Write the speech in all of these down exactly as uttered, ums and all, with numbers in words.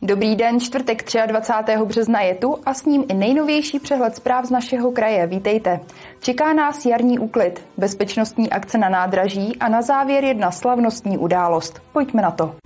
Dobrý den, čtvrtek dvacátého třetího března je tu a s ním i nejnovější přehled zpráv z našeho kraje. Vítejte. Čeká nás jarní úklid, bezpečnostní akce na nádraží a na závěr jedna slavnostní událost. Pojďme na to.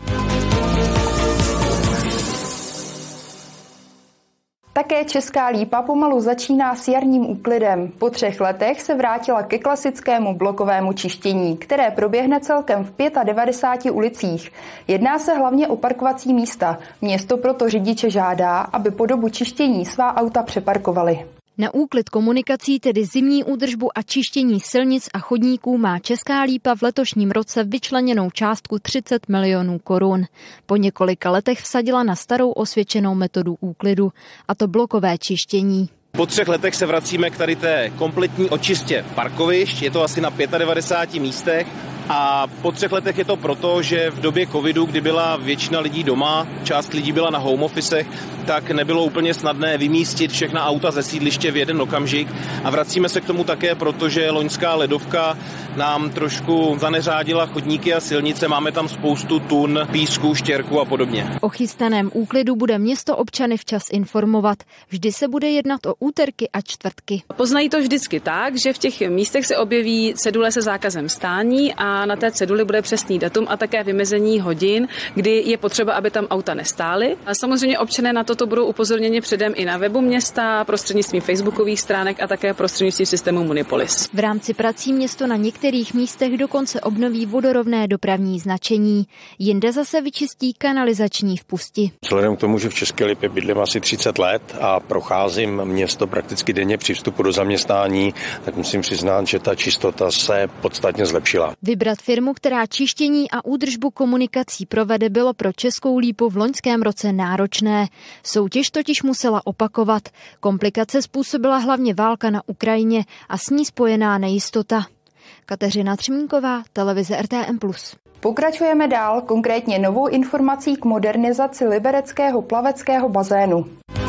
Také Česká Lípa pomalu začíná s jarním úklidem. Po třech letech se vrátila ke klasickému blokovému čištění, které proběhne celkem v devadesáti pěti ulicích. Jedná se hlavně o parkovací místa. Město proto řidiče žádá, aby po dobu čištění svá auta přeparkovali. Na úklid komunikací, tedy zimní údržbu a čištění silnic a chodníků, má Česká Lípa v letošním roce vyčleněnou částku třicet milionů korun. Po několika letech vsadila na starou osvědčenou metodu úklidu, a to blokové čištění. Po třech letech se vracíme k tady té kompletní očistě parkovišť, je to asi na devadesáti pěti místech. A po třech letech je to proto, že v době covidu, kdy byla většina lidí doma, část lidí byla na home officech, tak nebylo úplně snadné vymístit všechna auta ze sídliště v jeden okamžik. A vracíme se k tomu také, protože loňská ledovka nám trošku zaneřádila chodníky a silnice. Máme tam spoustu tun, písku, štěrku a podobně. O chystaném úklidu bude město občany včas informovat. Vždy se bude jednat o úterky a čtvrtky. Poznají to vždycky tak, že v těch místech se objeví cedule se zákazem stání a na té ceduli bude přesný datum a také vymezení hodin, kdy je potřeba, aby tam auta nestály. A samozřejmě občané na toto budou upozorněni předem i na webu města, prostřednictvím facebookových stránek a také prostřednictvím systému Munipolis. V rámci prací město na některých místech dokonce obnoví vodorovné dopravní značení. Jinde zase vyčistí kanalizační vpusti. Vzhledem k tomu, že v České Lípě bydlím asi třicet let a procházím město prakticky denně při vstupu do zaměstnání, tak musím přiznat, že ta čistota se podstatně zlepšila. Vybrat firmu, která čištění a údržbu komunikací provede, bylo pro Českou Lípu v loňském roce náročné. Soutěž totiž musela opakovat. Komplikace způsobila hlavně válka na Ukrajině a s ní spojená nejistota. Kateřina Třmínková, televize R T M plus. Pokračujeme dál, konkrétně novou informací k modernizaci libereckého plaveckého bazénu.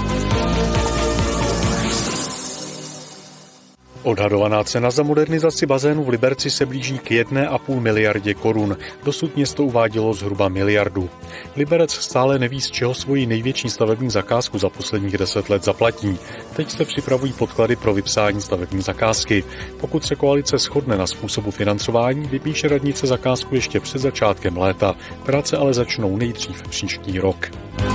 Odhadovaná cena za modernizaci bazénu v Liberci se blíží k jedné a půl miliardě korun. Dosud město uvádělo zhruba miliardu. Liberec stále neví, z čeho svoji největší stavební zakázku za posledních deset let zaplatí. Teď se připravují podklady pro vypsání stavební zakázky. Pokud se koalice shodne na způsobu financování, vypíše radnice zakázku ještě před začátkem léta. Práce ale začnou nejdřív příští rok.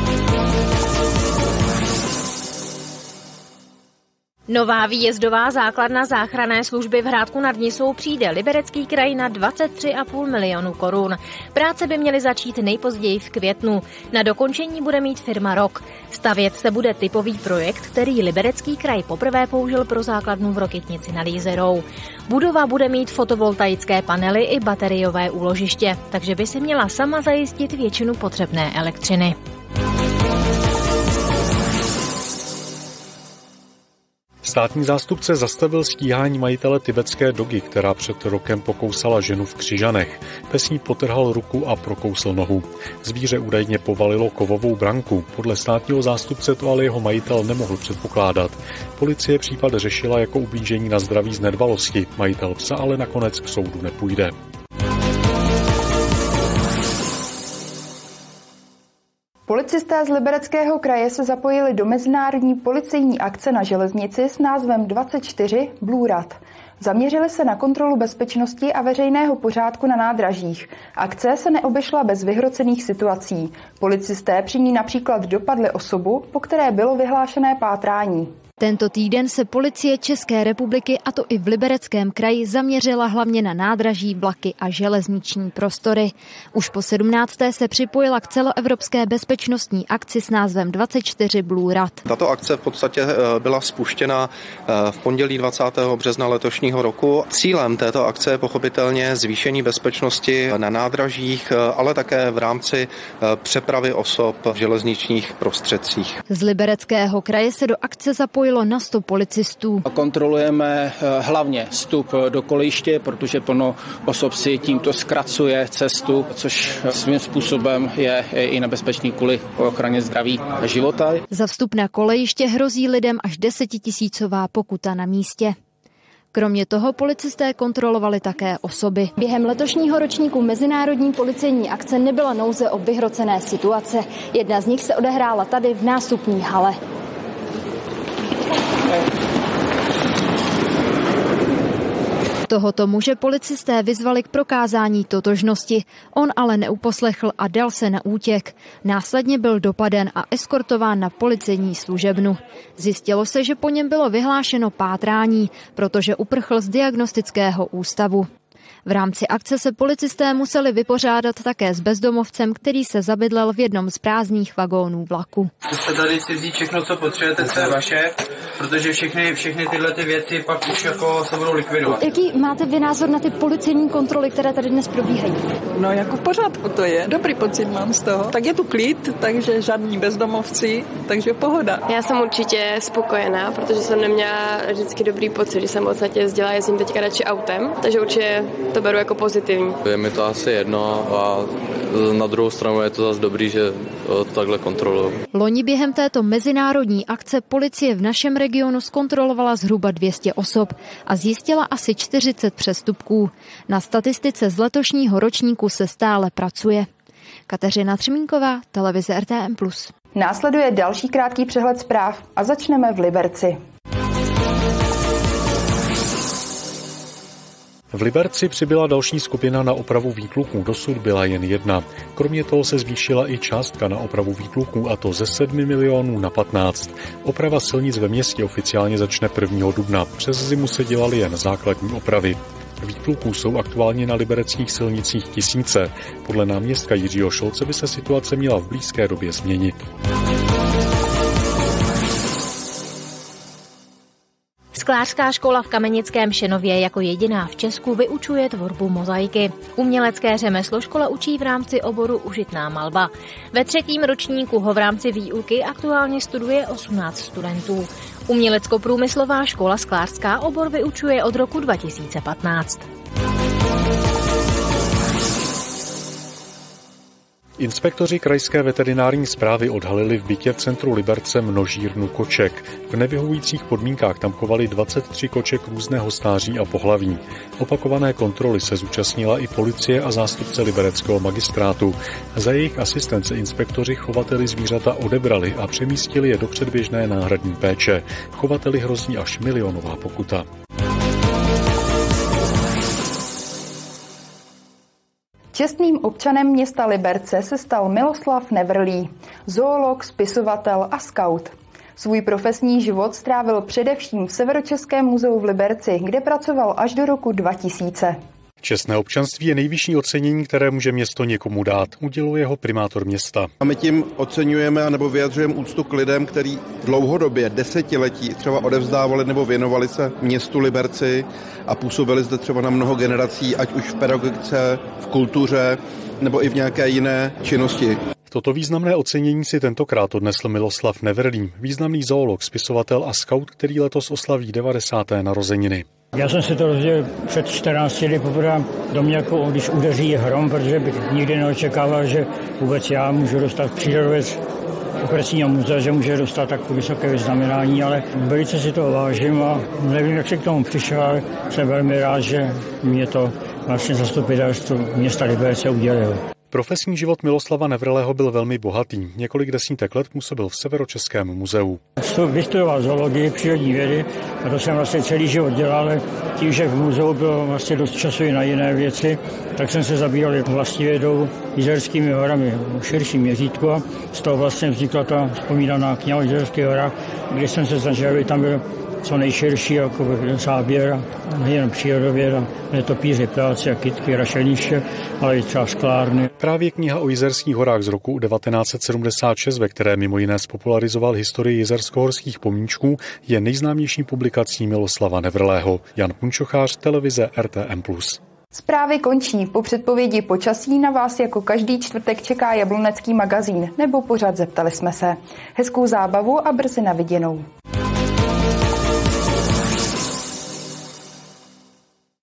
Nová výjezdová základna záchranné služby v Hrádku nad Nisou přijde Liberecký kraj na dvacet tři a půl milionu korun. Práce by měly začít nejpozději v květnu. Na dokončení bude mít firma rok. Stavět se bude typový projekt, který Liberecký kraj poprvé použil pro základnu v Rokytnici nad Jizerou. Budova bude mít fotovoltaické panely i bateriové úložiště, takže by si měla sama zajistit většinu potřebné elektřiny. Státní zástupce zastavil stíhání majitele tibetské dogy, která před rokem pokousala ženu v Křižanech. Pes jí potrhal ruku a prokousl nohu. Zvíře údajně povalilo kovovou branku. Podle státního zástupce to ale jeho majitel nemohl předpokládat. Policie případ řešila jako ublížení na zdraví z nedbalosti. Majitel psa ale nakonec k soudu nepůjde. Policisté z Libereckého kraje se zapojili do mezinárodní policejní akce na železnici s názvem dvacet čtyři Blue Rat. Zaměřili se na kontrolu bezpečnosti a veřejného pořádku na nádražích. Akce se neobešla bez vyhrocených situací. Policisté při ní například dopadli osobu, po které bylo vyhlášené pátrání. Tento týden se policie České republiky, a to i v Libereckém kraji, zaměřila hlavně na nádraží, vlaky a železniční prostory. Už po sedmnácté se připojila k celoevropské bezpečnostní akci s názvem dvacet čtyři Blue Rat. Tato akce v podstatě byla spuštěna v pondělí dvacátého března letošního roku. Cílem této akce je pochopitelně zvýšení bezpečnosti na nádražích, ale také v rámci přepravy osob v železničních prostředcích. Z Libereckého kraje se do akce zapojilo na sto policistů. Kontrolujeme hlavně vstup do kolejiště, protože plno osob si tímto zkracuje cestu, což svým způsobem je i nebezpečný kvůli ochraně zdraví a života. Za vstup na kolejiště hrozí lidem až desetitisícová pokuta na místě. Kromě toho policisté kontrolovali také osoby. Během letošního ročníku mezinárodní policejní akce nebyla nouze o vyhrocené situace. Jedna z nich se odehrála tady v nástupní hale. Tohoto muže policisté vyzvali k prokázání totožnosti. On ale neuposlechl a dal se na útěk. Následně byl dopaden a eskortován na policejní služebnu. Zjistilo se, že po něm bylo vyhlášeno pátrání, protože uprchl z diagnostického ústavu. V rámci akce se policisté museli vypořádat také s bezdomovcem, který se zabydlel v jednom z prázdných vagónů vlaku. Jste tady si vzít všechno, co potřebujete, co je vaše, protože všechny, všechny tyhle ty věci pak už jako se budou likvidovat. Jaký máte vy názor na ty policejní kontroly, které tady dnes probíhají? No jako v pořádku to je, dobrý pocit mám z toho. Tak je tu klid, takže žádní bezdomovci, takže pohoda. Já jsem určitě spokojená, protože jsem neměla vždycky dobrý pocit, když jsem odsaď jezdila, jezdím teďka radši autem, takže určitě to beru jako pozitivní. Je mi to asi jedno a na druhou stranu je to zase dobrý, že to takhle kontrolují. Loni během této mezinárodní akce policie v našem regionu zkontrolovala zhruba dvě stě osob a zjistila asi čtyřicet přestupků. Na statistice z letošního ročníku se stále pracuje. Kateřina Třmínková, televize R T M plus. Následuje další krátký přehled zpráv a začneme v Liberci. V Liberci přibyla další skupina na opravu výtluků, dosud byla jen jedna. Kromě toho se zvýšila i částka na opravu výtluků, a to ze sedmi milionů na patnáct. Oprava silnic ve městě oficiálně začne prvního dubna. Přes zimu se dělaly jen základní opravy. Výtluků jsou aktuálně na libereckých silnicích tisíce. Podle náměstka Jiřího Šolce by se situace měla v blízké době změnit. Sklářská škola v Kamenickém Šenově jako jediná v Česku vyučuje tvorbu mozaiky. Umělecké řemeslo škola učí v rámci oboru užitná malba. Ve třetím ročníku ho v rámci výuky aktuálně studuje osmnáct studentů. Umělecko-průmyslová škola Sklářská obor vyučuje od roku dva tisíce patnáct. Inspektoři krajské veterinární správy odhalili v bytě v centru Liberce množírnu koček. V nevyhovujících podmínkách tam chovali dvacet tři koček různého stáří a pohlaví. Opakované kontroly se zúčastnila i policie a zástupce libereckého magistrátu. Za jejich asistence inspektoři chovateli zvířata odebrali a přemístili je do předběžné náhradní péče. Chovateli hrozí až milionová pokuta. Čestným občanem města Liberce se stal Miloslav Nevrlý, zoolog, spisovatel a skaut. Svůj profesní život strávil především v Severočeském muzeu v Liberci, kde pracoval až do roku dva tisíce. Čestné občanství je nejvyšší ocenění, které může město někomu dát. Uděluje ho primátor města. A my tím oceňujeme nebo vyjadřujeme úctu k lidem, kteří dlouhodobě, desetiletí třeba odevzdávali nebo věnovali se městu Liberci a působili zde třeba na mnoho generací, ať už v pedagogice, v kultuře nebo i v nějaké jiné činnosti. Toto významné ocenění si tentokrát odnesl Miloslav Nevrlý, významný zoolog, spisovatel a skaut, který letos oslaví devadesáté narozeniny. Já jsem se to rozdělil před čtrnácti lety poprvé do mě, jako když udeří hrom, protože bych nikdy neočekával, že vůbec já můžu dostat přírodovec okresního muzea, že může dostat tak vysoké vyznamenání, ale velice si toho vážím a nevím, jak se k tomu přišel, ale jsem velmi rád, že mě to vlastně zastupitelstvo města Liberce udělilo. Profesní život Miloslava Nevrlého byl velmi bohatý. Několik desítek let působil v Severočeském muzeu. Vystudoval zoologii, přírodní vědy a to jsem vlastně celý život dělal, ale tím, že v muzeu bylo vlastně dost času i na jiné věci, tak jsem se zabýval vlastnovědou, Jizerskými horami v širším měřítku a z toho vlastně vznikla ta vzpomínaná kniha o Jizerských horách, kde jsem se snažil, aby tam byl co nejširší jako záběr, nejen přírodověda, netopíři, ptáci a kytky, rašeliniště, ale i třeba sklárny. Právě kniha o Jizerských horách z roku devatenáct set sedmdesát šest, ve které mimo jiné spopularizoval historii jizerskohorských pomníčků, je nejznámější publikací Miloslava Nevrlého. Jan Punčochář, televize R T M plus. Zprávy končí. Po předpovědi počasí na vás jako každý čtvrtek čeká Jablonecký magazín nebo pořad Zeptali jsme se. Hezkou zábavu a brzy na viděnou.